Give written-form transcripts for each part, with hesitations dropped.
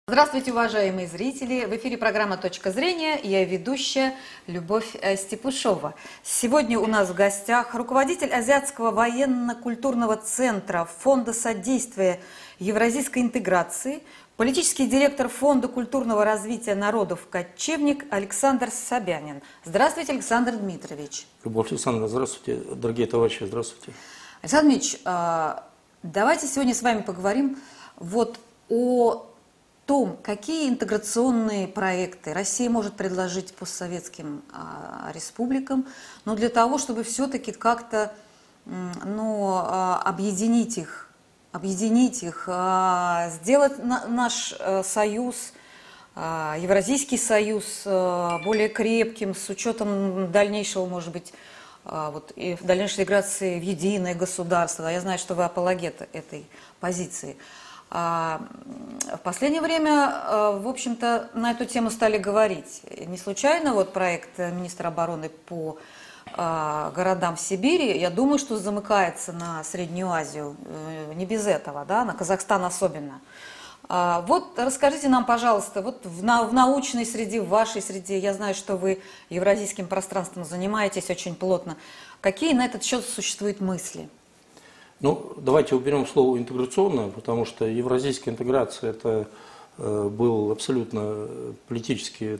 Здравствуйте, уважаемые зрители! В эфире программа «Точка зрения». Я ведущая Любовь Степушова. Сегодня у нас в гостях руководитель Азиатского военно-культурного центра Фонда содействия евразийской интеграции, политический директор Фонда культурного развития народов «Кочевник» Александр Собянин. Здравствуйте, Александр Дмитриевич. Любовь Александровна, здравствуйте. Дорогие товарищи, здравствуйте. Александр Дмитриевич, давайте сегодня с вами поговорим о том, какие интеграционные проекты Россия может предложить постсоветским республикам, но для того, чтобы все-таки как-то объединить их, сделать наш союз, Евразийский союз, более крепким, с учетом дальнейшего, может быть, и дальнейшей интеграции в единое государство. Я знаю, что вы апологет этой позиции. В последнее время, в общем-то, на эту тему стали говорить. Не случайно проект министра обороны по городам в Сибири, я думаю, что замыкается на Среднюю Азию, не без этого, да, на Казахстан особенно. Расскажите нам, пожалуйста, в научной среде, в вашей среде, я знаю, что вы евразийским пространством занимаетесь очень плотно, какие на этот счет существуют мысли? Давайте уберем слово «интеграционное», потому что евразийская интеграция – это был абсолютно политическая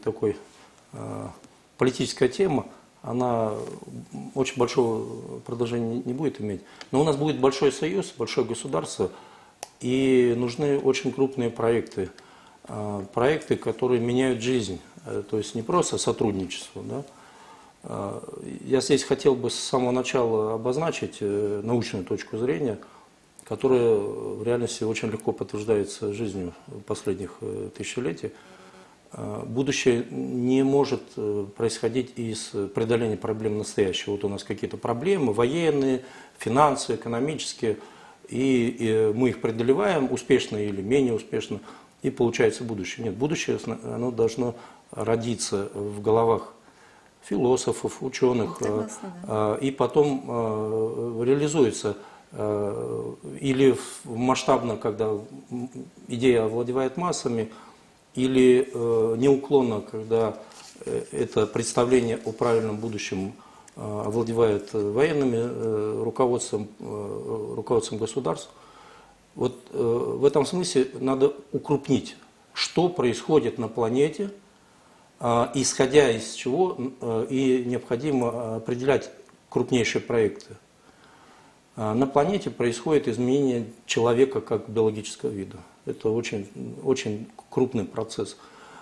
тема. Она очень большого продолжения не будет иметь. Но у нас будет большой союз, большое государство, и нужны очень крупные проекты. Проекты, которые меняют жизнь. То есть не просто сотрудничество, да? Я здесь хотел бы с самого начала обозначить научную точку зрения, которая в реальности очень легко подтверждается жизнью последних тысячелетий. Будущее не может происходить из преодоления проблем настоящего. У нас какие-то проблемы военные, финансовые, экономические, и мы их преодолеваем успешно или менее успешно, и получается будущее. Нет, будущее оно должно родиться в головах философов, ученых, и потом реализуется или масштабно, когда идея овладевает массами, или неуклонно, когда это представление о правильном будущем овладевает военными руководством государств. В этом смысле надо укрупнить, что происходит на планете, исходя из чего и необходимо определять крупнейшие проекты. На планете происходит изменение человека как биологического вида. Это очень, очень крупный процесс.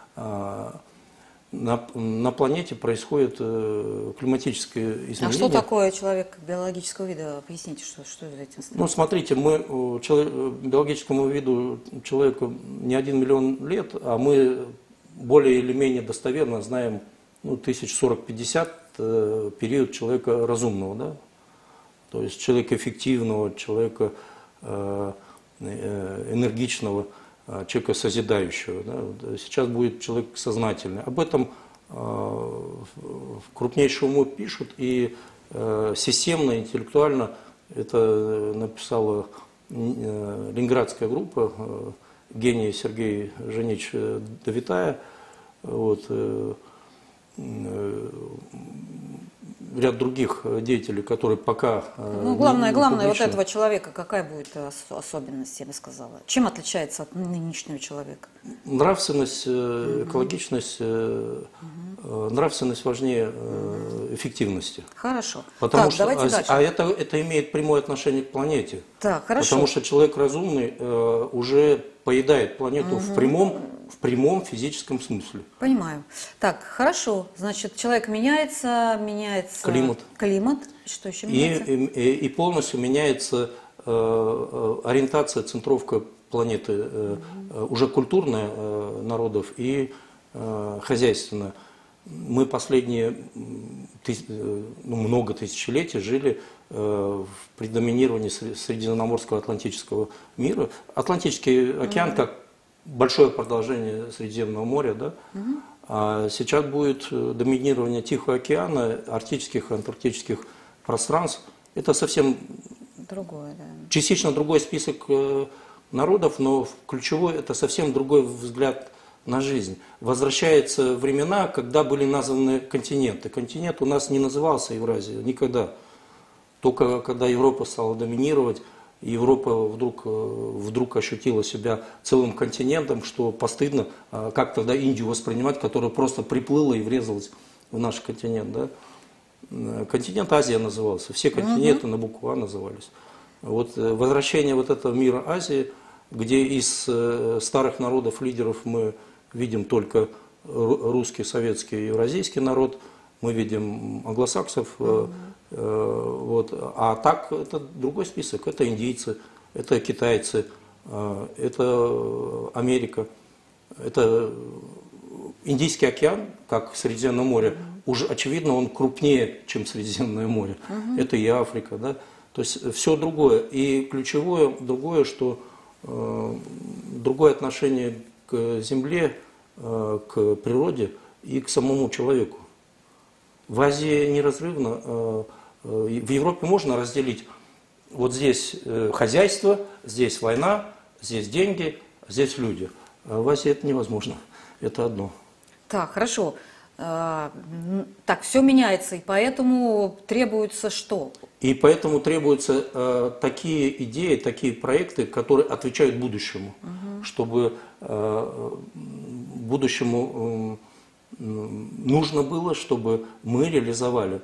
На планете происходит климатическое изменение. А что такое человек биологического вида? Поясните, что за этим стоит? Смотрите, биологическому виду человеку не 1 миллион лет, а мы более или менее достоверно знаем 1040-50 период человека разумного, да? То есть человека эффективного, человека энергичного, человека созидающего. Да? Сейчас будет человек сознательный. Об этом крупнейшие умы пишут, и системно, интеллектуально это написала ленинградская группа, гений Сергей Женич Довитая, ряд других деятелей, которые пока... Главное этого человека, какая будет особенность, я бы сказала? Чем отличается от нынешнего человека? Нравственность, экологичность, нравственность важнее эффективности. Хорошо. Потому что, это имеет прямое отношение к планете. Так, хорошо. Потому что человек разумный уже поедает планету в прямом физическом смысле. Понимаю. Так, хорошо. Значит, человек меняется климат. Что еще меняется? И полностью меняется ориентация, центровка планеты, уже культурная народов и хозяйственная. Мы последние много тысячелетий жили в предоминировании Средиземноморского Атлантического мира. Атлантический океан как большое продолжение Средиземного моря, да? А сейчас будет доминирование Тихого океана, арктических, антарктических пространств. Это совсем другое, да. Частично другой список народов, но ключевой это совсем другой взгляд на жизнь. Возвращаются времена, когда были названы континенты. Континент у нас не назывался Евразия никогда. Только когда Европа стала доминировать, Европа вдруг ощутила себя целым континентом, что постыдно, как тогда Индию воспринимать, которая просто приплыла и врезалась в наш континент. Да? Континент Азия назывался, все континенты на букву А назывались. Вот возвращение вот этого мира Азии, где из старых народов, лидеров мы видим только русский, советский, евразийский народ, мы видим англосаксов, вот. А так это другой список, это индийцы, это китайцы, это Америка, это Индийский океан, как Средиземное море, уже очевидно он крупнее, чем Средиземное море, это и Африка, да? То есть все другое. И ключевое другое, что другое отношение к земле, к природе и к самому человеку. В Азии неразрывно. В Европе можно разделить вот здесь хозяйство, здесь война, здесь деньги, здесь люди. А в Азии это невозможно. Это одно. Так, хорошо. Так, все меняется, и поэтому требуется что? И поэтому требуются такие идеи, такие проекты, которые отвечают будущему, чтобы будущему нужно было, чтобы мы реализовали.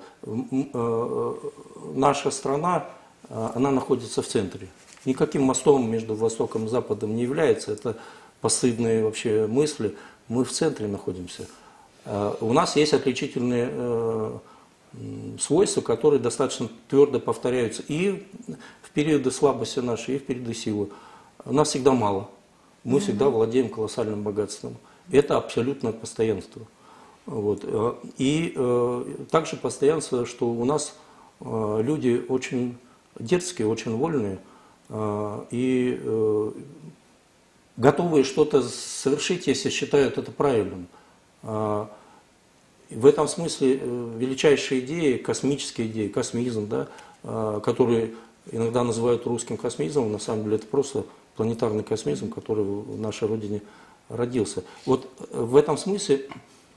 Наша страна, она находится в центре. Никаким мостом между Востоком и Западом не является. Это постыдные вообще мысли. Мы в центре находимся. У нас есть отличительные свойства, которые достаточно твердо повторяются и в периоды слабости нашей, и в периоды силы. Нас всегда мало. Мы всегда владеем колоссальным богатством. Это абсолютное постоянство. Вот. И также постоянство, что у нас люди очень дерзкие, очень вольные и готовые что-то совершить, если считают это правильным. В этом смысле величайшие идеи, космические идеи, космизм, да, которые иногда называют русским космизмом, на самом деле это просто планетарный космизм, который в нашей Родине родился. Вот в этом смысле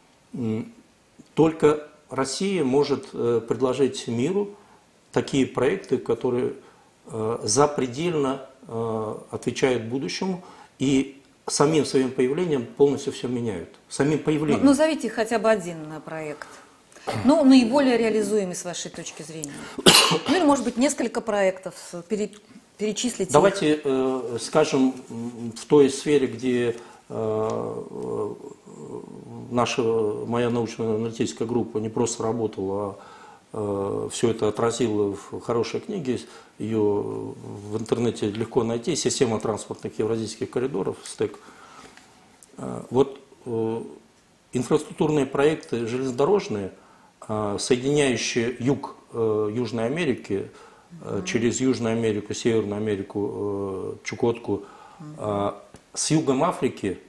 только Россия может предложить миру такие проекты, которые запредельно отвечают будущему и самим своим появлением полностью все меняют. Самим появлением. Ну, назовите хотя бы один проект. Ну, наиболее реализуемый с вашей точки зрения. Ну, или, может быть, несколько проектов, перечислить. Давайте скажем, в той сфере, где моя научно-аналитическая группа не просто работала, а все это отразила в хорошей книге, ее в интернете легко найти, «Система транспортных евразийских коридоров», СТЭК. Вот инфраструктурные проекты железнодорожные, соединяющие юг Южной Америки, через Южную Америку, Северную Америку, Чукотку, с югом Африки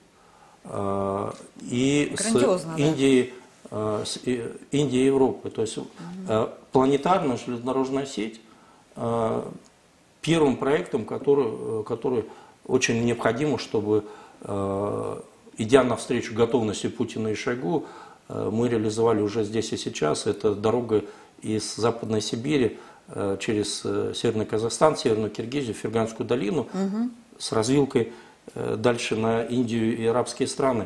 и грандиозно, с Индией, Индии и Европы. То есть планетарная железнодорожная сеть первым проектом, который очень необходимо, чтобы, идя навстречу готовности Путина и Шойгу, мы реализовали уже здесь и сейчас. Это дорога из Западной Сибири через Северный Казахстан, Северную Киргизию, Ферганскую долину с развилкой дальше на Индию и арабские страны.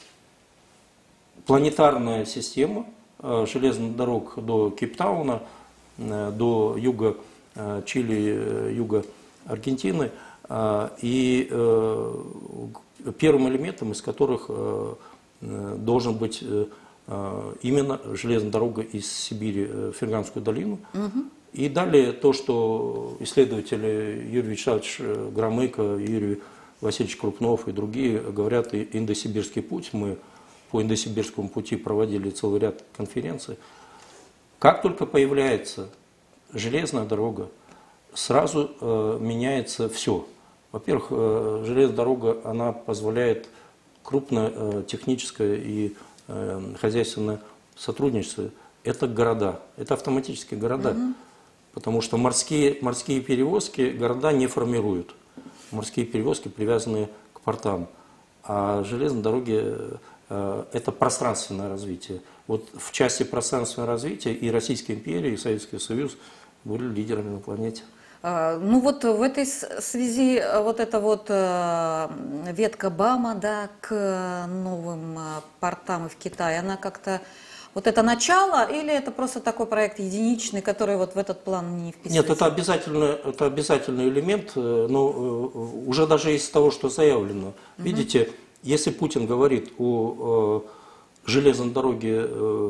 Планетарная система железных дорог до Кейптауна, до юга Чили, юга Аргентины. И первым элементом из которых должен быть именно железная дорога из Сибири в Ферганскую долину. И далее то, что исследователи Юрий Вячеславович Громыко, Юрий Васильевич Крупнов и другие говорят, индосибирский путь. Мы по индосибирскому пути проводили целый ряд конференций. Как только появляется железная дорога, сразу меняется все. Во-первых, железная дорога, она позволяет крупное техническое и хозяйственное сотрудничество. Это города, это автоматические города. Потому что морские перевозки города не формируют. морские перевозки, привязанные к портам. А железные дороги это пространственное развитие. Вот в части пространственного развития и Российская империя, и Советский Союз были лидерами на планете. Ну вот в этой связи вот эта вот ветка БАМа, да, к новым портам и в Китае, она как-то, вот это начало или это просто такой проект единичный, который вот в этот план не вписывается? Нет, это обязательный элемент, но уже даже из того, что заявлено. Видите, если Путин говорит о железной дороге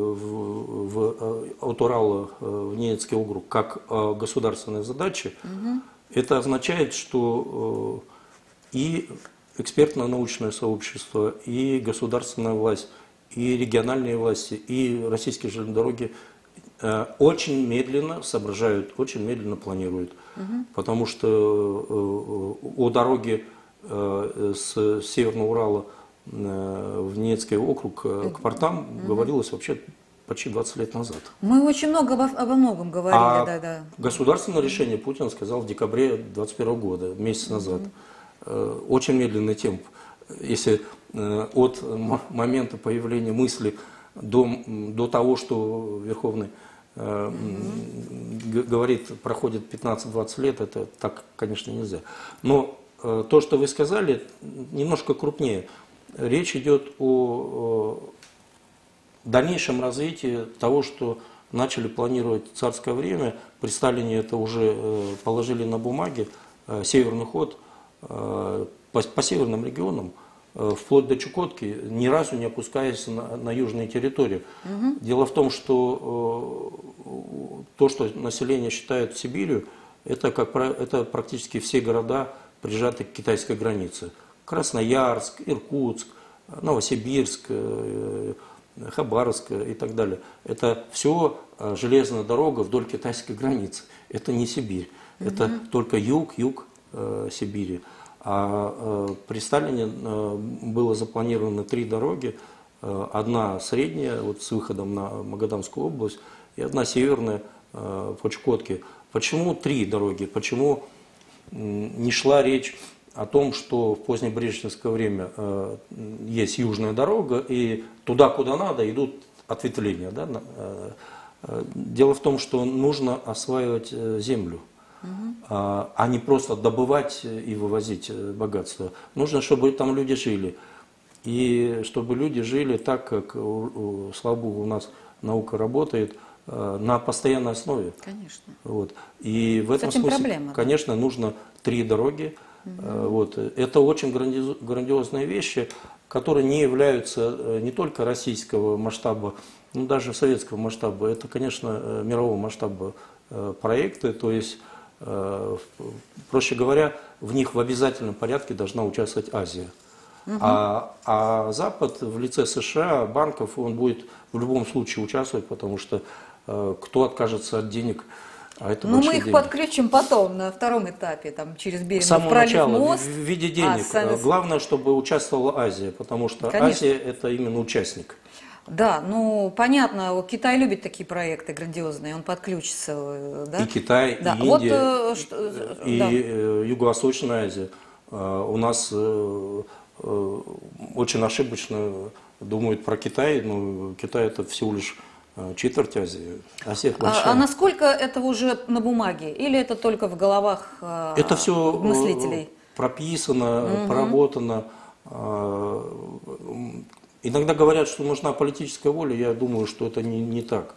от Урала в Ненецкий округ как о государственной задаче, это означает, что и экспертно-научное сообщество, и государственная власть, и региональные власти, и российские железные дороги очень медленно соображают, очень медленно планируют. Потому что о дороге с Северного Урала в Ненецкий округ к портам говорилось вообще почти 20 лет назад. Мы очень много обо многом говорили, да. Государственное решение Путин сказал в декабре 2021 года, месяц назад. Очень медленный темп. Если от момента появления мысли до того, что Верховный говорит, проходит 15-20 лет, это так, конечно, нельзя. Но то, что вы сказали, немножко крупнее. Речь идет о дальнейшем развитии того, что начали планировать в царское время. При Сталине это уже положили на бумаге. Северный ход по северным регионам, вплоть до Чукотки, ни разу не опускаясь на южные территории. Дело в том, что то, что население считает Сибирью, это практически все города, прижаты к китайской границе. Красноярск, Иркутск, Новосибирск, Хабаровск и так далее. Это все железная дорога вдоль китайской границы. Это не Сибирь. Это только юг Сибири. А при Сталине было запланировано 3 дороги. Одна средняя, вот с выходом на Магаданскую область, и одна северная по Чукотке. Почему 3 дороги? Почему не шла речь о том, что в позднебрежневское время есть южная дорога, и туда, куда надо, идут ответвления. Да? Дело в том, что нужно осваивать землю, а не просто добывать и вывозить богатство. Нужно, чтобы там люди жили. И чтобы люди жили так, как, слава богу, у нас наука работает, на постоянной основе. Конечно. Вот. И в этом смысле, проблема, конечно, нужно 3 дороги. Вот. Это очень грандиозные вещи, которые не являются не только российского масштаба, но даже советского масштаба. Это, конечно, мирового масштаба проекты. То есть, проще говоря, в них в обязательном порядке должна участвовать Азия. А Запад в лице США, банков, он будет в любом случае участвовать, потому что кто откажется от денег, а это большие деньги. Мы их подключим потом, на втором этапе, там, через Берингов пролив, пролив, мост. В виде денег. Главное, чтобы участвовала Азия, потому что конечно. Азия – это именно участник. Да, ну понятно, Китай любит такие проекты грандиозные, он подключится. Да? И Китай, да. и Индия, и Юго-Восточная Азия. У нас очень ошибочно думают про Китай, но Китай это всего лишь четверть Азии. Азия большая. А насколько это уже на бумаге? Или это только в головах это все мыслителей? Прописано, проработано. Иногда говорят, что нужна политическая воля, я думаю, что это не так.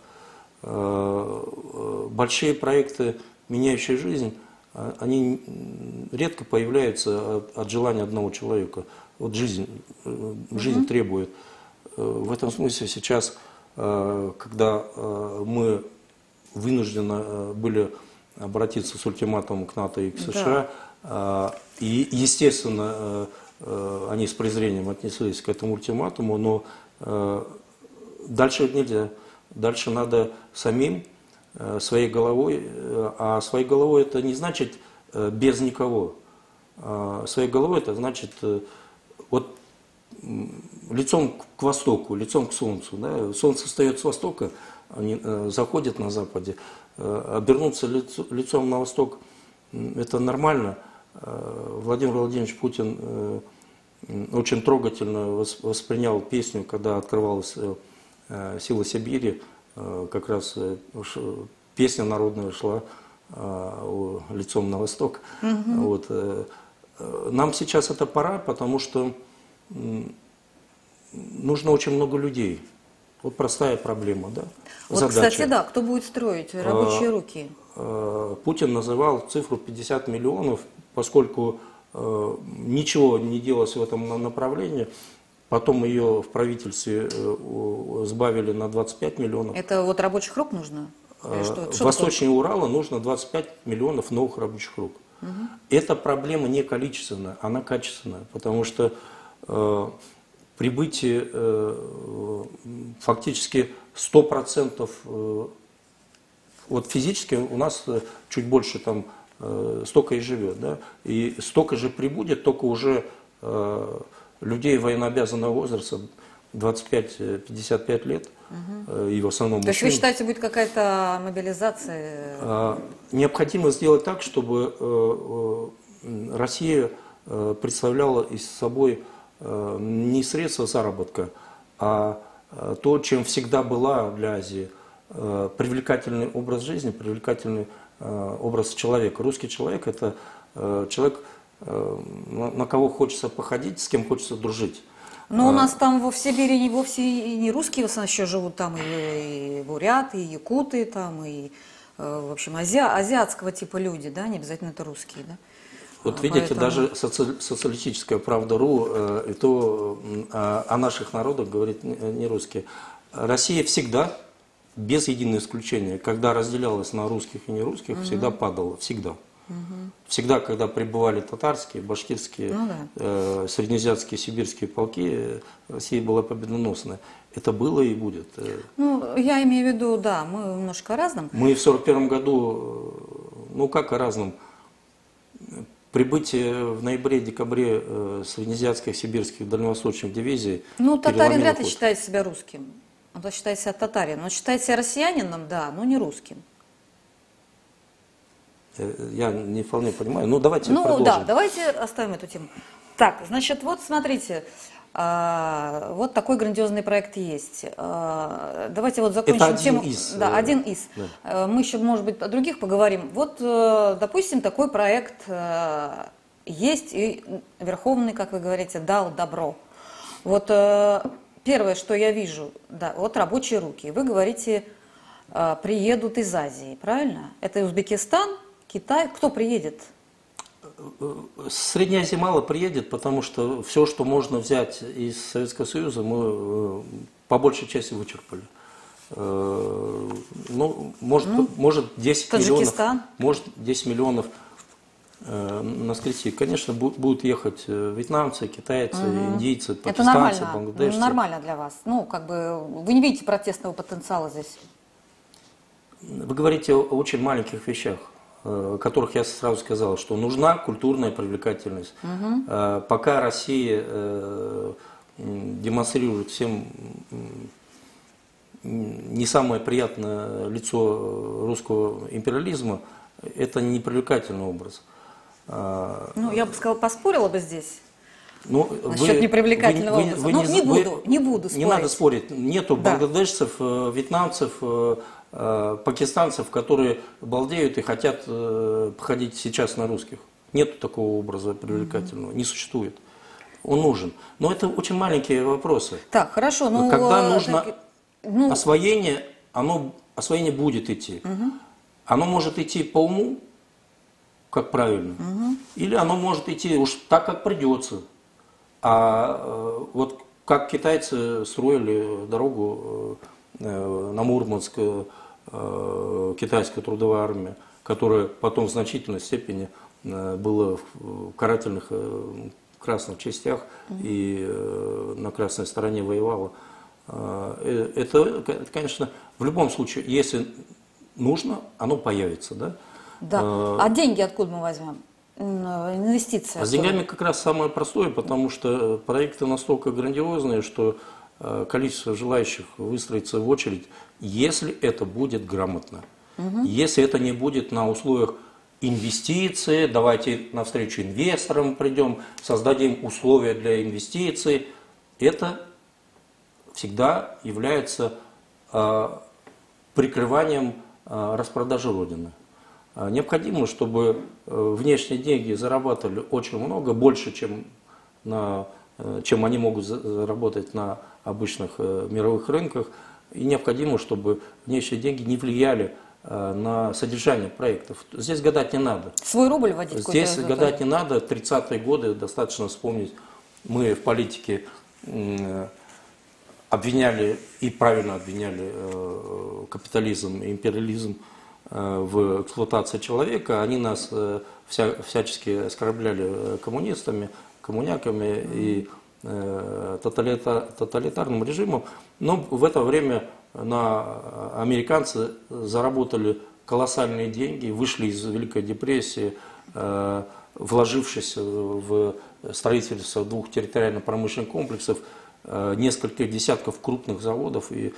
Большие проекты, меняющие жизнь, они редко появляются от желания одного человека. Вот жизнь требует. В этом смысле сейчас, когда мы вынуждены были обратиться с ультиматумом к НАТО и к США, и, естественно, они с презрением отнеслись к этому ультиматуму, но дальше нельзя. Дальше надо самим, своей головой, а своей головой это не значит без никого. Своей головой это значит вот лицом к востоку, лицом к солнцу. Да? Солнце встает с востока, они заходят на западе, обернуться лицом на восток – это нормально. Владимир Владимирович Путин очень трогательно воспринял песню, когда открывалась «Сила Сибири», как раз песня народная шла лицом на восток. Вот. Нам сейчас это пора, потому что нужно очень много людей. Вот простая проблема, да? Вот, задача. кстати, да, кто будет строить рабочие руки? Путин называл цифру 50 миллионов, поскольку ничего не делалось в этом направлении. Потом ее в правительстве сбавили на 25 миллионов. Это вот рабочих рук нужно? Восточнее Урала нужно 25 миллионов новых рабочих рук. Эта проблема не количественная, она качественная, потому что прибытие фактически 100%, вот физически у нас чуть больше там столько и живет, да, и столько же прибудет, только уже людей военнообязанного возраста 25-55 лет, и в основном То есть вы считаете, будет какая-то мобилизация? Необходимо сделать так, чтобы Россия представляла из собой не средства заработка, а то, чем всегда была для Азии, привлекательный образ жизни, привлекательный образ человека. Русский человек – это человек, на кого хочется походить, с кем хочется дружить. Но у нас там в Сибири вовсе и не русские в основном еще живут, там и буряты, и якуты, там, и, в общем, азиатского типа люди, да, не обязательно это русские, да. Вот видите, даже социалистическая правда.ру и то о наших народах говорит не русские. Россия всегда, без единого исключения, когда разделялась на русских и нерусских, всегда падала, всегда. Всегда, когда прибывали татарские, башкирские, среднеазиатские, сибирские полки, Россия была победоносная. Это было и будет. Ну, я имею в виду, да, мы немножко о разном. Мы в 1941 году, ну как о разном, прибытие в ноябре-декабре среднеазиатских, сибирских, дальневосточных дивизий. Ну, татарин вряд ли считает себя русским. Он считает себя татарином. Он считает себя россиянином, да, но не русским. Я не вполне понимаю. Ну, давайте продолжим. Да, давайте оставим эту тему. Так, значит, вот смотрите, вот такой грандиозный проект есть. Давайте вот закончим это тему. Из. Да, один из. Да. Мы еще, может быть, о других поговорим. Вот, допустим, такой проект есть, и Верховный, как вы говорите, дал добро. Вот первое, что я вижу, да, вот рабочие руки. Вы говорите, приедут из Азии, правильно? Это Узбекистан, Китай. Кто приедет? Средняя Азия мало приедет, потому что все, что можно взять из Советского Союза, мы по большей части вычерпали. Ну, может 10 Таджикистан? миллионов, может 10 миллионов на скрести. Конечно, будут ехать вьетнамцы, китайцы, индийцы, пакистанцы, бангладешцы. Это нормально для вас? Ну, как бы, вы не видите протестного потенциала здесь? Вы говорите о очень маленьких вещах, о которых я сразу сказал, что нужна культурная привлекательность. Пока Россия демонстрирует всем не самое приятное лицо русского империализма, это не привлекательный образ. Ну, я бы сказала, поспорила бы здесь. Ну, насчет непривлекательного образа. Не буду спорить. Не надо спорить. Нету бангладешцев, вьетнамцев, пакистанцев, которые балдеют и хотят походить сейчас на русских. Нету такого образа привлекательного. Не существует. Он нужен. Но это очень маленькие вопросы. Так, хорошо. Ну, когда нужно освоение, освоение будет идти. Оно может идти по уму, как правильно, или оно может идти уж так, как придется. А вот как китайцы строили дорогу на Мурманск, китайская трудовая армия, которая потом в значительной степени была в карательных красных частях и на красной стороне воевала. Это, конечно, в любом случае, если нужно, оно появится, да? Да. А деньги откуда мы возьмем? Инвестиции? А с деньгами как раз самое простое, потому что проекты настолько грандиозные, что количество желающих выстроиться в очередь, если это будет грамотно, если это не будет на условиях инвестиции, давайте навстречу инвесторам придем, создадим условия для инвестиций. Это всегда является прикрыванием распродажи Родины. Необходимо, чтобы внешние деньги зарабатывали очень много, больше, чем они могут заработать на обычных мировых рынках. И необходимо, чтобы внешние деньги не влияли на содержание проектов. Здесь гадать не надо. Свой рубль вводить? Здесь гадать не надо. 30-е годы достаточно вспомнить. Мы в политике обвиняли и правильно обвиняли капитализм и империализм в эксплуатации человека. Они нас всячески оскорбляли коммунистами, коммуняками и тоталитарным режимом. Но в это время американцы заработали колоссальные деньги, вышли из Великой депрессии, вложившись в строительство 2 территориально-промышленных комплексов, несколько десятков крупных заводов и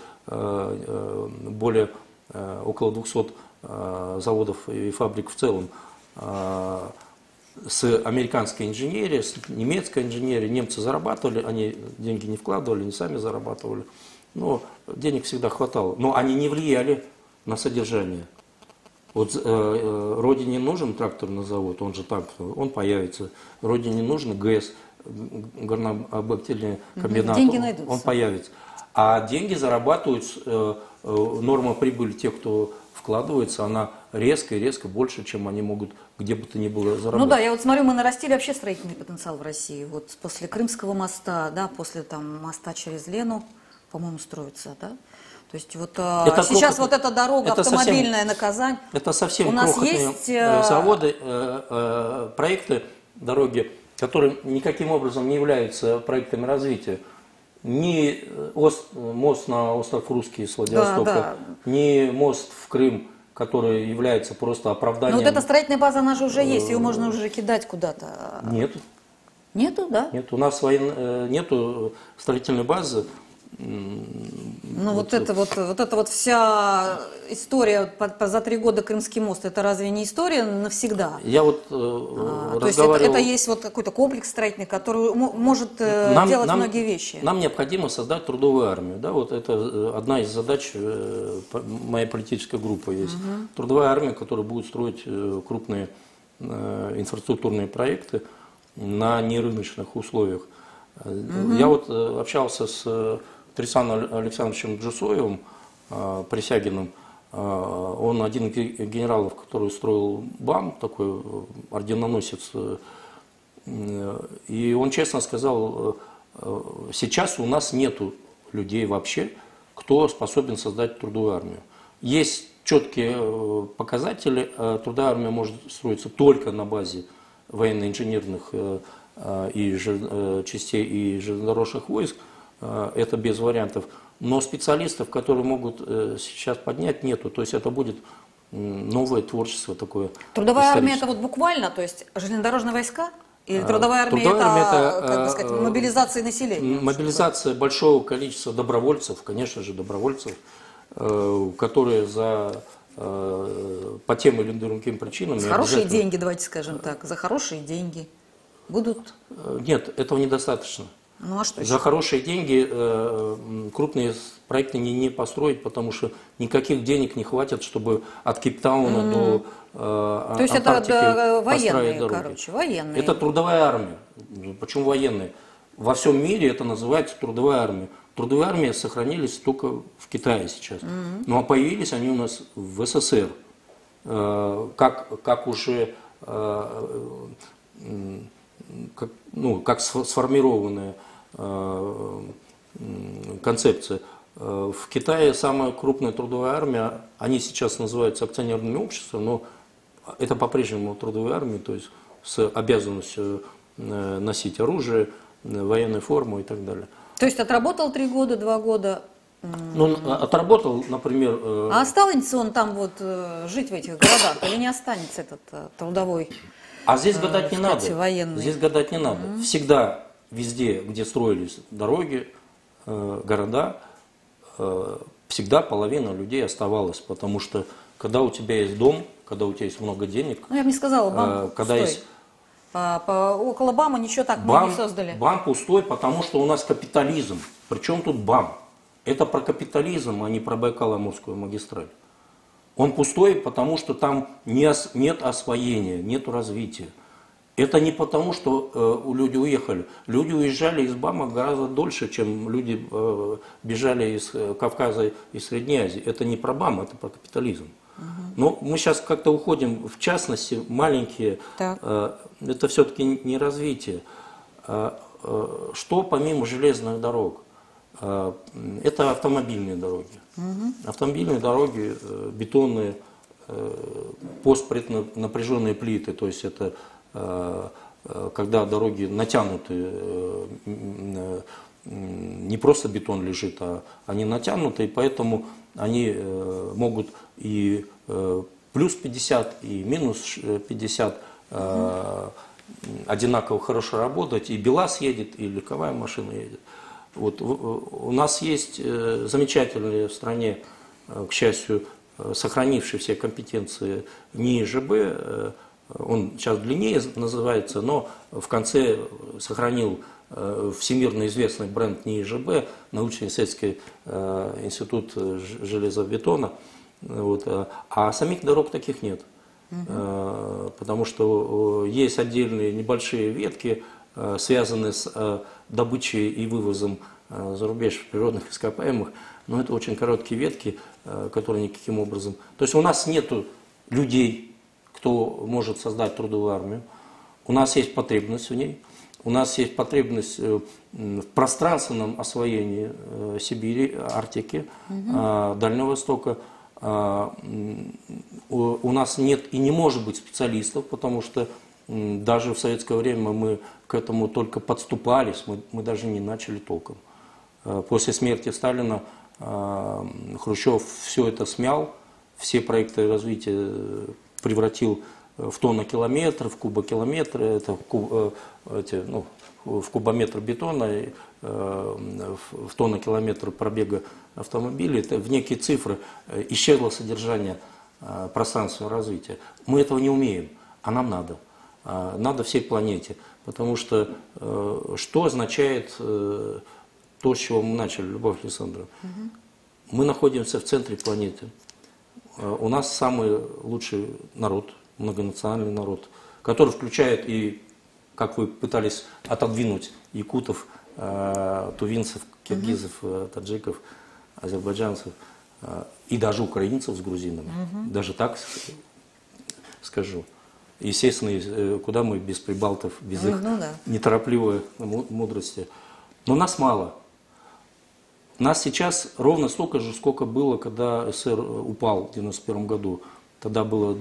около 200 заводов и фабрик в целом. С американской инженерией, с немецкой инженерией немцы зарабатывали, они деньги не вкладывали, не сами зарабатывали, но денег всегда хватало. Но они не влияли на содержание. Вот Родине нужен тракторный завод, он же тракторный, он появится. Родине нужен ГЭС, горнообогатительный комбинат, он появится. А деньги зарабатывают, норма прибыли тех, кто вкладывается, она резко и резко больше, чем они могут где бы то ни было заработать. Ну да, я вот смотрю, мы нарастили вообще строительный потенциал в России. Вот после Крымского моста, да, после там моста через Лену, по-моему, строится, да? То есть вот сейчас вот эта дорога автомобильная на Казань. Это совсем у нас крохотные есть заводы, проекты дороги, которые никаким образом не являются проектами развития. Ни мост на остров Русский с Владивостока, ни мост в Крым, который является просто оправданием. Но вот эта строительная база, она же уже есть, ее можно уже кидать куда-то. Нету. Нету, да? Нет, у нас нету строительной базы. Ну вот эта вся история за 3 года Крымский мост, это разве не история навсегда? Я вот то есть это есть вот какой-то комплекс строительный, который может делать многие вещи. Нам необходимо создать трудовую армию. Да? Вот это одна из задач моей политической группы есть. Трудовая армия, которая будет строить крупные инфраструктурные проекты на нерыночных условиях. Я вот общался с Трисаном Александровичем Джусоевым, Присягиным. Он один из генералов, который строил БАМ, такой орденоносец. И он честно сказал, сейчас у нас нету людей вообще, кто способен создать трудовую армию. Есть четкие показатели, трудовая армия может строиться только на базе военно-инженерных частей и железнодорожных войск. Это без вариантов. Но специалистов, которые могут сейчас поднять, нету. То есть это будет новое творчество такое. Трудовая армия это вот буквально, то есть железнодорожные войска? Или трудовая армия это, как бы сказать, мобилизация населения? Мобилизация большого количества добровольцев, конечно же, добровольцев, которые по тем или другим причинам... За хорошие деньги, давайте скажем так, за хорошие деньги будут? Нет, этого недостаточно. Ну, а что За хорошие деньги крупные проекты не построить, потому что никаких денег не хватит, чтобы от Кейптауна до то есть Антарктики это военные, построить дороги. короче, военные. Это трудовая армия. Почему военные? Во всем мире это называется трудовая армия. Трудовые армии сохранились только в Китае сейчас. Ну а появились они у нас в СССР. Как уже как сформированная концепция. В Китае самая крупная трудовая армия, они сейчас называются акционерными обществами, но это по-прежнему трудовая армия, то есть с обязанностью носить оружие, военную форму и так далее. То есть отработал 3 года, 2 года? Ну, отработал, например... А останется он там вот жить в этих городах или не останется этот трудовой? А здесь гадать не надо. Военный. Здесь гадать не надо. Всегда, везде, где строились дороги, города, всегда половина людей оставалась, потому что когда у тебя есть дом, когда у тебя есть много денег, Ну, я бы не сказала, БАМ когда пустой. есть... Около БАМа ничего так мы не создали. БАМ пустой, потому что у нас капитализм. Причем тут БАМ? Это про капитализм, а не про Байкало-Амурскую магистраль. Он пустой, потому что там нет освоения, нет развития. Это не потому, что люди уехали. Люди уезжали из БАМа гораздо дольше, чем люди бежали из Кавказа и Средней Азии. Это не про БАМ, это про капитализм. Но мы сейчас как-то уходим в частности, маленькие, это все-таки не развитие. Что помимо железных дорог? Это автомобильные дороги. Автомобильные дороги, бетонные, постпреднапряженные плиты, то есть это когда дороги натянуты, не просто бетон лежит, а они натянуты, и поэтому они могут и плюс 50, и минус 50 одинаково хорошо работать, и БелАЗ едет, и легковая машина едет. Вот, у нас есть замечательные в стране, к счастью, сохранившие все компетенции НИИ-ЖБ, он сейчас длиннее называется, но в конце сохранил всемирно известный бренд НИИ-ЖБ, научно-исследовательский институт железобетона. Вот. А самих дорог таких нет. Потому что есть отдельные небольшие ветки, связанные с добычей и вывозом за рубеж природных ископаемых, но это очень короткие ветки, которые никаким образом... То есть у нас нет людей, кто может создать трудовую армию, у нас есть потребность в ней, у нас есть потребность в пространственном освоении Сибири, Арктики, Дальнего Востока. У нас нет и не может быть специалистов, потому что даже в советское время мы к этому только подступались, мы даже не начали толком. После смерти Сталина Хрущев все это смял, все проекты развития превратил в тоннокилометр, в кубокилометр, это в кубометр бетона, в тоннокилометр пробега автомобиля, это в некие цифры исчезло содержание пространственного развития. Мы этого не умеем, а нам надо. Надо всей планете, потому что что означает то, с чего мы начали, Любовь Александровна? Мы находимся в центре планеты. У нас самый лучший народ, многонациональный народ, который включает и, как вы пытались отодвинуть, якутов, тувинцев, киргизов, таджиков, азербайджанцев и даже украинцев с грузинами. Даже так скажу. Естественно, куда мы без прибалтов, без их неторопливой мудрости. Но нас мало. Нас сейчас ровно столько же, сколько было, когда СССР упал в 1991 году. Тогда было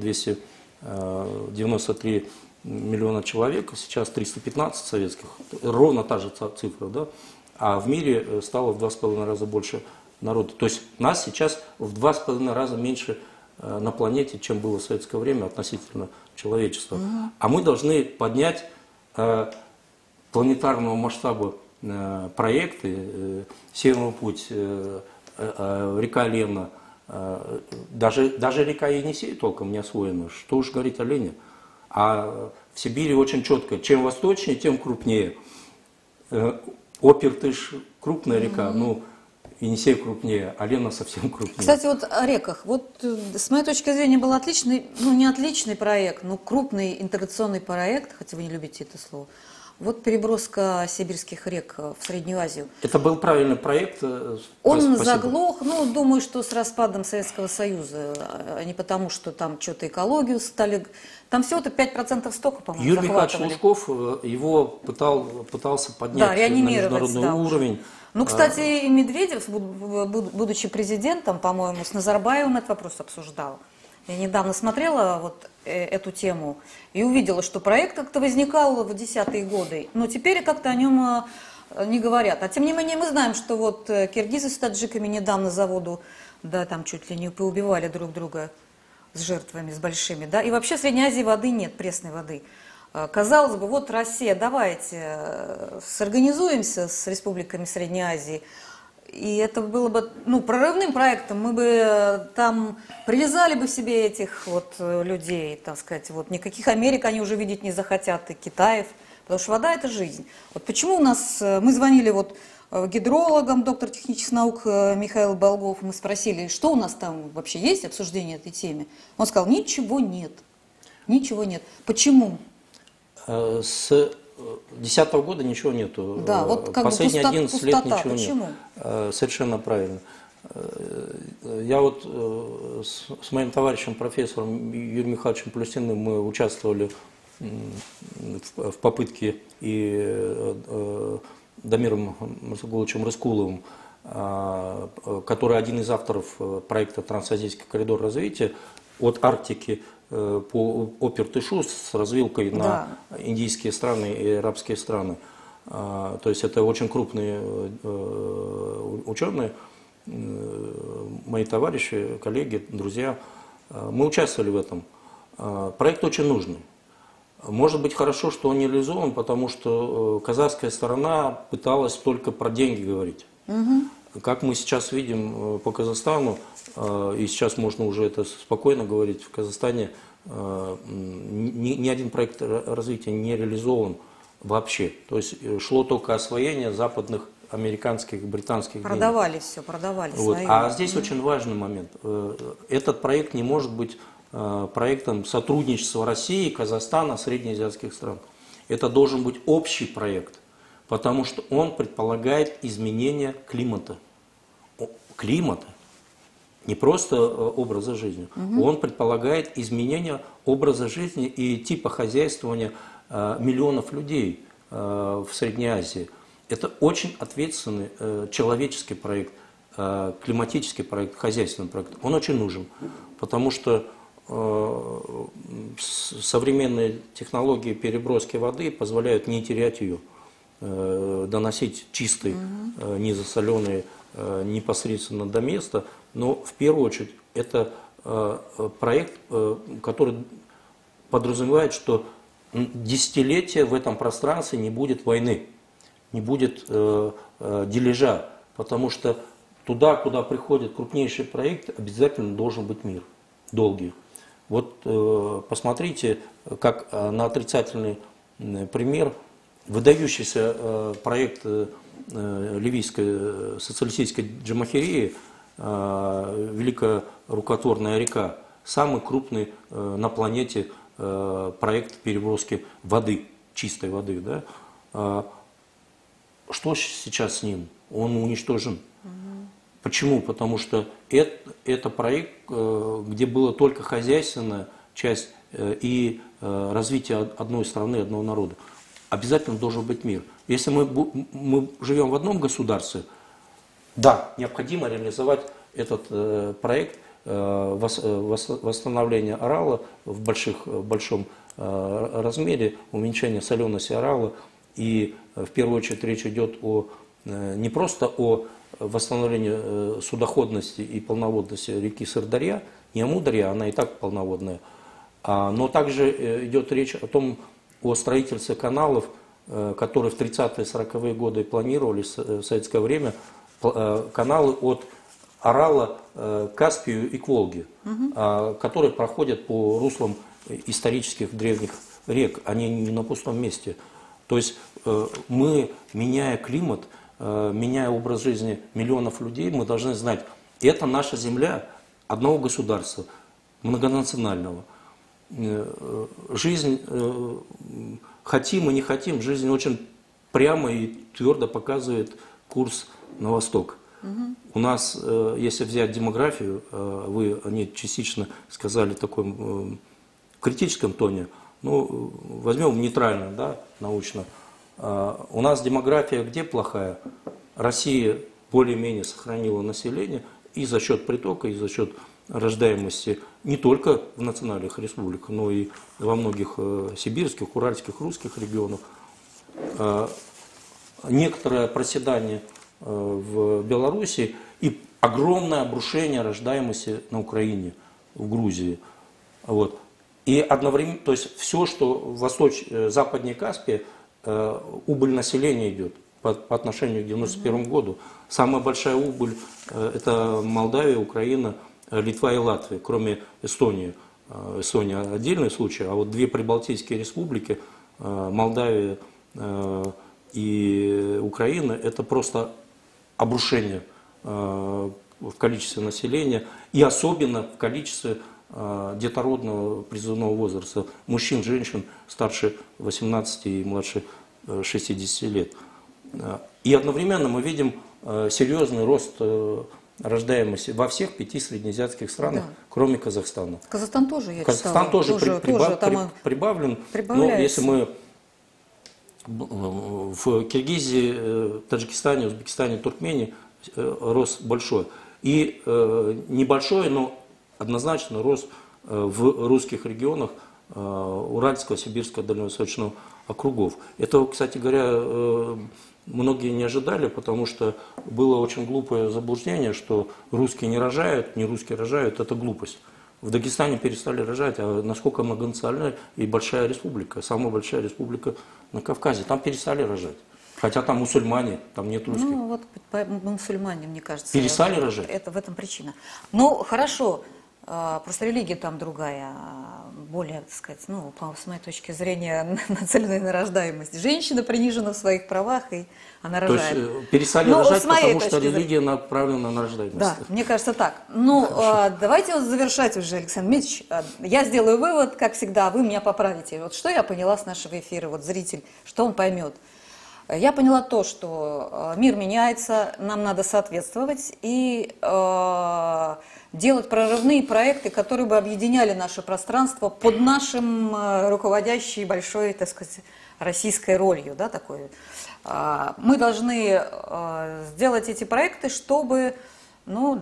293 миллиона человек, сейчас 315 советских. Ровно та же цифра, да? А в мире стало в 2,5 раза больше народу. То есть нас сейчас в 2,5 раза меньше на планете, чем было в советское время относительно человечества. А мы должны поднять планетарного масштаба проекты, Северный путь, река Лена, даже река Енисей толком не освоена, что уж говорить о Лене. А в Сибири очень четко, чем восточнее, тем крупнее. Опертыш крупная река, ну, Енисей крупнее, а Лена совсем крупнее. Кстати, вот о реках. Вот с моей точки зрения был отличный, ну не отличный проект, но крупный интеграционный проект, хотя вы не любите это слово. Вот переброска сибирских рек в Среднюю Азию. Это был правильный проект. Он заглох, ну, думаю, что с распадом Советского Союза, а не потому, что там что-то экологию стали... Там всего-то 5% стока, по-моему, Юрий Михайлович Лужков его пытался поднять на международный уровень. Ну, кстати, и Медведев, будучи президентом, по-моему, с Назарбаевым этот вопрос обсуждал. Я недавно смотрела вот эту тему и увидела, что проект как-то возникал в 10-е годы, но теперь как-то о нем не говорят. А тем не менее мы знаем, что вот киргизы с таджиками недавно за воду, да, там чуть ли не поубивали друг друга с жертвами, с большими, да, и вообще в Средней Азии воды нет, пресной воды. Казалось бы, вот Россия, давайте сорганизуемся с республиками Средней Азии и это было бы, ну, прорывным проектом. Мы бы там привязали бы себе этих вот людей, так сказать. Вот никаких Америк они уже видеть не захотят, и Китаев, потому что вода – это жизнь. Вот почему у нас, мы звонили вот гидрологам, доктор технических наук Михаил Болгов, мы спросили, что у нас там вообще есть, обсуждение этой темы. Он сказал, ничего нет, ничего нет. Почему? С 2010 года ничего нету. Да, вот как последние бы 11 лет пустота. ничего Почему? нет. Совершенно правильно. Я вот с моим товарищем, профессором Юрием Михайловичем Плюсиным, мы участвовали в попытке и Дамиром Мурсагуловичем Рыскуловым, который один из авторов проекта «Трансазийский коридор развития», от Арктики по Опер-Тышу с развилкой на индийские страны и арабские страны. То есть это очень крупные ученые, мои товарищи, коллеги, друзья. Мы участвовали в этом. Проект очень нужный. Может быть, хорошо, что он не реализован, потому что казахская сторона пыталась только про деньги говорить. Как мы сейчас видим по Казахстану, и сейчас можно уже это спокойно говорить, в Казахстане ни один проект развития не реализован вообще. То есть шло только освоение западных, американских, британских денег. Продавали все, продавали Вот. свое. А здесь очень важный момент. Этот проект не может быть проектом сотрудничества России, Казахстана, среднеазиатских стран. Это должен быть общий проект, потому что он предполагает изменение климата. Климата, не просто образа жизни. Он предполагает изменение образа жизни и типа хозяйствования миллионов людей в Средней Азии. Это очень ответственный человеческий проект, климатический проект, хозяйственный проект. Он очень нужен, потому что современные технологии переброски воды позволяют не терять ее, доносить чистый, незасоленный непосредственно до места. Но в первую очередь это проект, который подразумевает, что десятилетия в этом пространстве не будет войны, не будет дележа, потому что туда, куда приходит крупнейший проект, обязательно должен быть мир, долгий. Вот посмотрите, как на отрицательный пример выдающийся проект ливийской социалистической Джамахирии, Великая рукотворная река, самый крупный на планете проект переброски воды, чистой воды. Да? Что сейчас с ним? Он уничтожен. Почему? Потому что это проект, где была только хозяйственная часть и развитие одной страны, одного народа. Обязательно должен быть мир. Если мы живем в одном государстве, да, необходимо реализовать этот проект восстановления Арала в большом размере, уменьшения солености Арала. И в первую очередь речь идет не просто о восстановлении судоходности и полноводности реки Сырдарья, не Амударья, она и так полноводная, но также идет речь о строительстве каналов, которые в 30-е, 40-е годы планировались в советское время, каналы от Арала к Каспию и к Волге, которые проходят по руслам исторических древних рек, они не на пустом месте. То есть мы, меняя климат, меняя образ жизни миллионов людей, мы должны знать, это наша земля одного государства, многонационального. Жизнь, хотим и не хотим, жизнь очень прямо и твердо показывает курс на восток. У нас, если взять демографию, вы о ней частично сказали в таком критическом тоне, ну, возьмем нейтрально, да, научно. У нас демография где плохая? Россия более-менее сохранила население и за счет притока, и за счет рождаемости не только в национальных республиках, но и во многих сибирских, уральских, русских регионах. Некоторое проседание в Беларуси и огромное обрушение рождаемости на Украине, в Грузии. Вот. И одновременно, то есть все, что западнее Каспия, убыль населения идет. по отношению к 1991 году. Самая большая убыль это Молдавия, Украина, Литва и Латвия, кроме Эстонии. Эстония отдельный случай, а вот две прибалтийские республики, Молдавия и Украина, это просто обрушение в количестве населения и особенно в количестве детородного призывного возраста мужчин, женщин старше 18 и младше 60 лет. И одновременно мы видим серьезный рост рождаемости во всех 5 среднеазиатских странах, да, кроме Казахстана. Казахстан тоже, я Казахстан читала, тоже прибавлен, но если мы в Киргизии, Таджикистане, Узбекистане, Туркмении рост большой. И небольшой, но однозначно рост в русских регионах Уральского, Сибирского, Дальневосточного округов. Это, кстати говоря, многие не ожидали, потому что было очень глупое заблуждение, что русские не рожают, не русские рожают, это глупость. В Дагестане перестали рожать, а насколько многонациональная и большая республика, самая большая республика на Кавказе, там перестали рожать. Хотя там мусульмане, там нет русских. Ну вот мусульмане, мне кажется. Перестали рожать? Это в этом причина. Ну хорошо, просто религия там другая, более, так сказать, ну, с моей точки зрения, нацеленная на рождаемость. Женщина принижена в своих правах, и она рожает. То есть перестали рожать, потому что религия направлена на рождаемость. Да, мне кажется так. Ну, давайте вот завершать уже, Александр Дмитриевич. Я сделаю вывод, как всегда, вы меня поправите. Вот что я поняла с нашего эфира, вот зритель, что он поймет. Я поняла то, что мир меняется, нам надо соответствовать и делать прорывные проекты, которые бы объединяли наше пространство под нашим руководящей большой, так сказать, российской ролью, да, такой. Мы должны сделать эти проекты, чтобы, ну,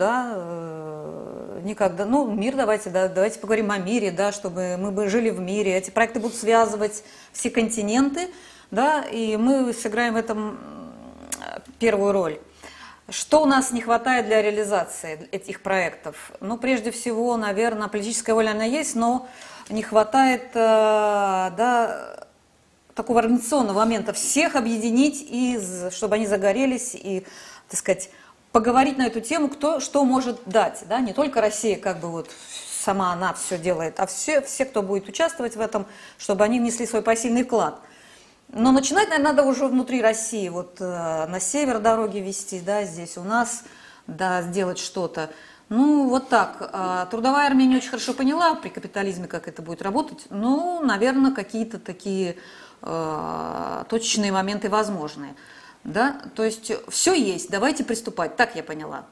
да, никогда, ну, мир, давайте поговорим о мире, да, чтобы мы бы жили в мире. Эти проекты будут связывать все континенты, да, и мы сыграем в этом первую роль. Что у нас не хватает для реализации этих проектов? Ну, прежде всего, наверное, политическая воля она есть, но не хватает, да, такого организационного момента. Всех объединить, и, чтобы они загорелись, и, так сказать, поговорить на эту тему, кто что может дать. Да? Не только Россия, как бы вот сама она все делает, а все, кто будет участвовать в этом, чтобы они внесли свой посильный вклад. Но начинать, наверное, надо уже внутри России, вот на север дороги вести, да, здесь у нас, да, сделать что-то. Ну, вот так. Трудовая армия не очень хорошо поняла при капитализме, как это будет работать. Ну, наверное, какие-то такие точечные моменты возможны. Да? То есть все есть, давайте приступать, так я поняла.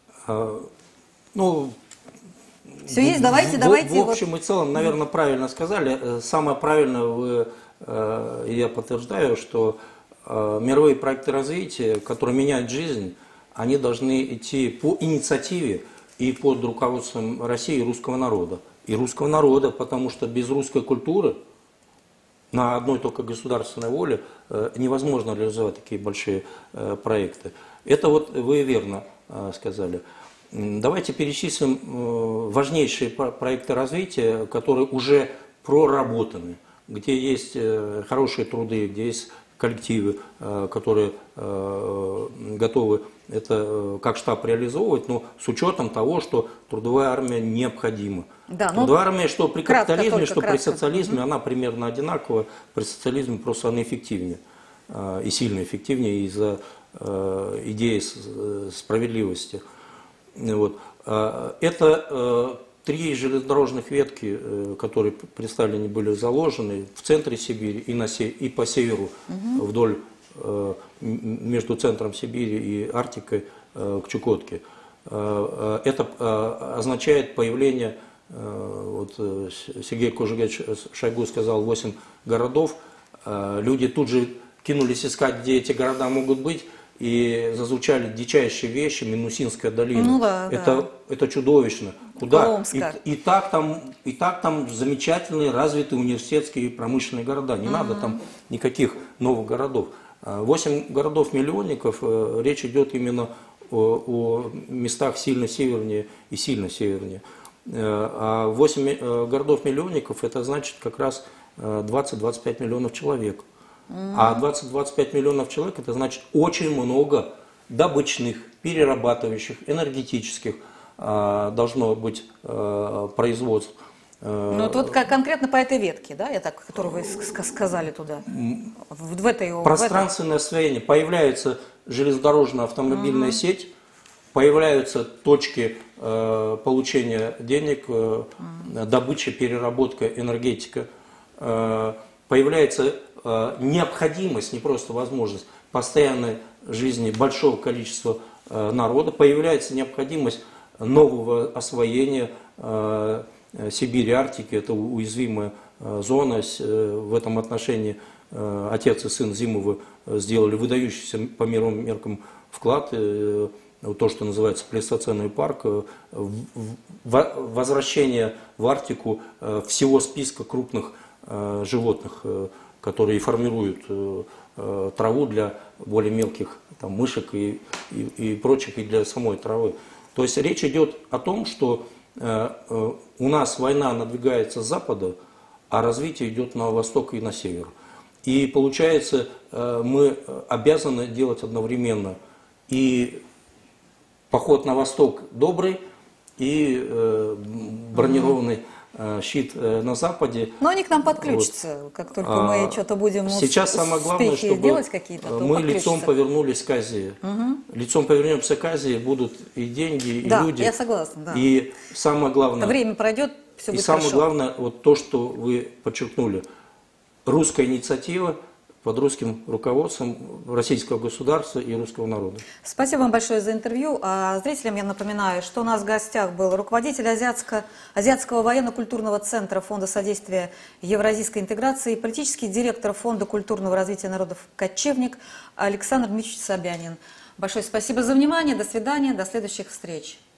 Ну, все есть, давайте. В общем и целом, наверное, правильно сказали. Самое правильное я подтверждаю, что мировые проекты развития, которые меняют жизнь, они должны идти по инициативе и под руководством России и русского народа. И русского народа, потому что без русской культуры на одной только государственной воле невозможно реализовать такие большие проекты. Это вот вы верно сказали. Давайте перечислим важнейшие проекты развития, которые уже проработаны, где есть хорошие труды, где есть коллективы, которые готовы это как штаб реализовывать, но с учетом того, что трудовая армия необходима. Да, трудовая армия, что при капитализме, что при социализме, она примерно одинакова. При социализме просто она эффективнее, и сильно эффективнее из-за идеи справедливости. Вот. Это 3 железнодорожных ветки, которые представлены были заложены в центре Сибири и по северу вдоль между центром Сибири и Арктикой к Чукотке. Это означает появление, вот Сергей Кожугетович Шойгу сказал, 8 городов. Люди тут же кинулись искать, где эти города могут быть, и зазвучали дичайшие вещи. Минусинская долина. Ну, да, это чудовищно. Куда? И так там замечательные, развитые университетские и промышленные города. Не надо там никаких новых городов. 8 городов-миллионников, речь идет именно о местах сильно севернее и сильно севернее. А 8 городов-миллионников, это значит как раз 20-25 миллионов человек. А 20-25 миллионов человек, это значит очень много добычных, перерабатывающих, энергетических должно быть производств. Ну вот конкретно по этой ветке, да, я так, которую вы сказали туда, в этой... Пространственное освоение. Появляется железнодорожно-автомобильная сеть, появляются точки получения денег, добыча, переработка, энергетика. Появляется необходимость, не просто возможность, постоянной жизни большого количества народа. Появляется необходимость нового освоения Сибири, Арктики. Это уязвимая зона. В этом отношении отец и сын Зимовы сделали выдающийся по мировым меркам вклад. То, что называется плейстоценовый парк, возвращение в Арктику всего списка крупных животных, которые формируют траву для более мелких там, мышек и прочих, и для самой травы. То есть речь идет о том, что у нас война надвигается с запада, а развитие идет на восток и на север. И получается, мы обязаны делать одновременно и поход на восток добрый, и бронированный щит на западе. Но они к нам подключатся, вот. Как только мы что-то будем сейчас самое главное, чтобы делать какие-то, мы лицом повернулись к Азии. Лицом повернемся к Азии, будут и деньги, и да, люди. Я согласна, да. И самое главное, время пройдет, все будет самое хорошо. главное, вот то, что вы подчеркнули, русская инициатива под русским руководством российского государства и русского народа. Спасибо вам большое за интервью. А зрителям я напоминаю, что у нас в гостях был руководитель Азиатского военно-культурного центра Фонда содействия евразийской интеграции и политический директор Фонда культурного развития народов «Кочевник» Александр Дмитриевич Собянин. Большое спасибо за внимание. До свидания. До следующих встреч.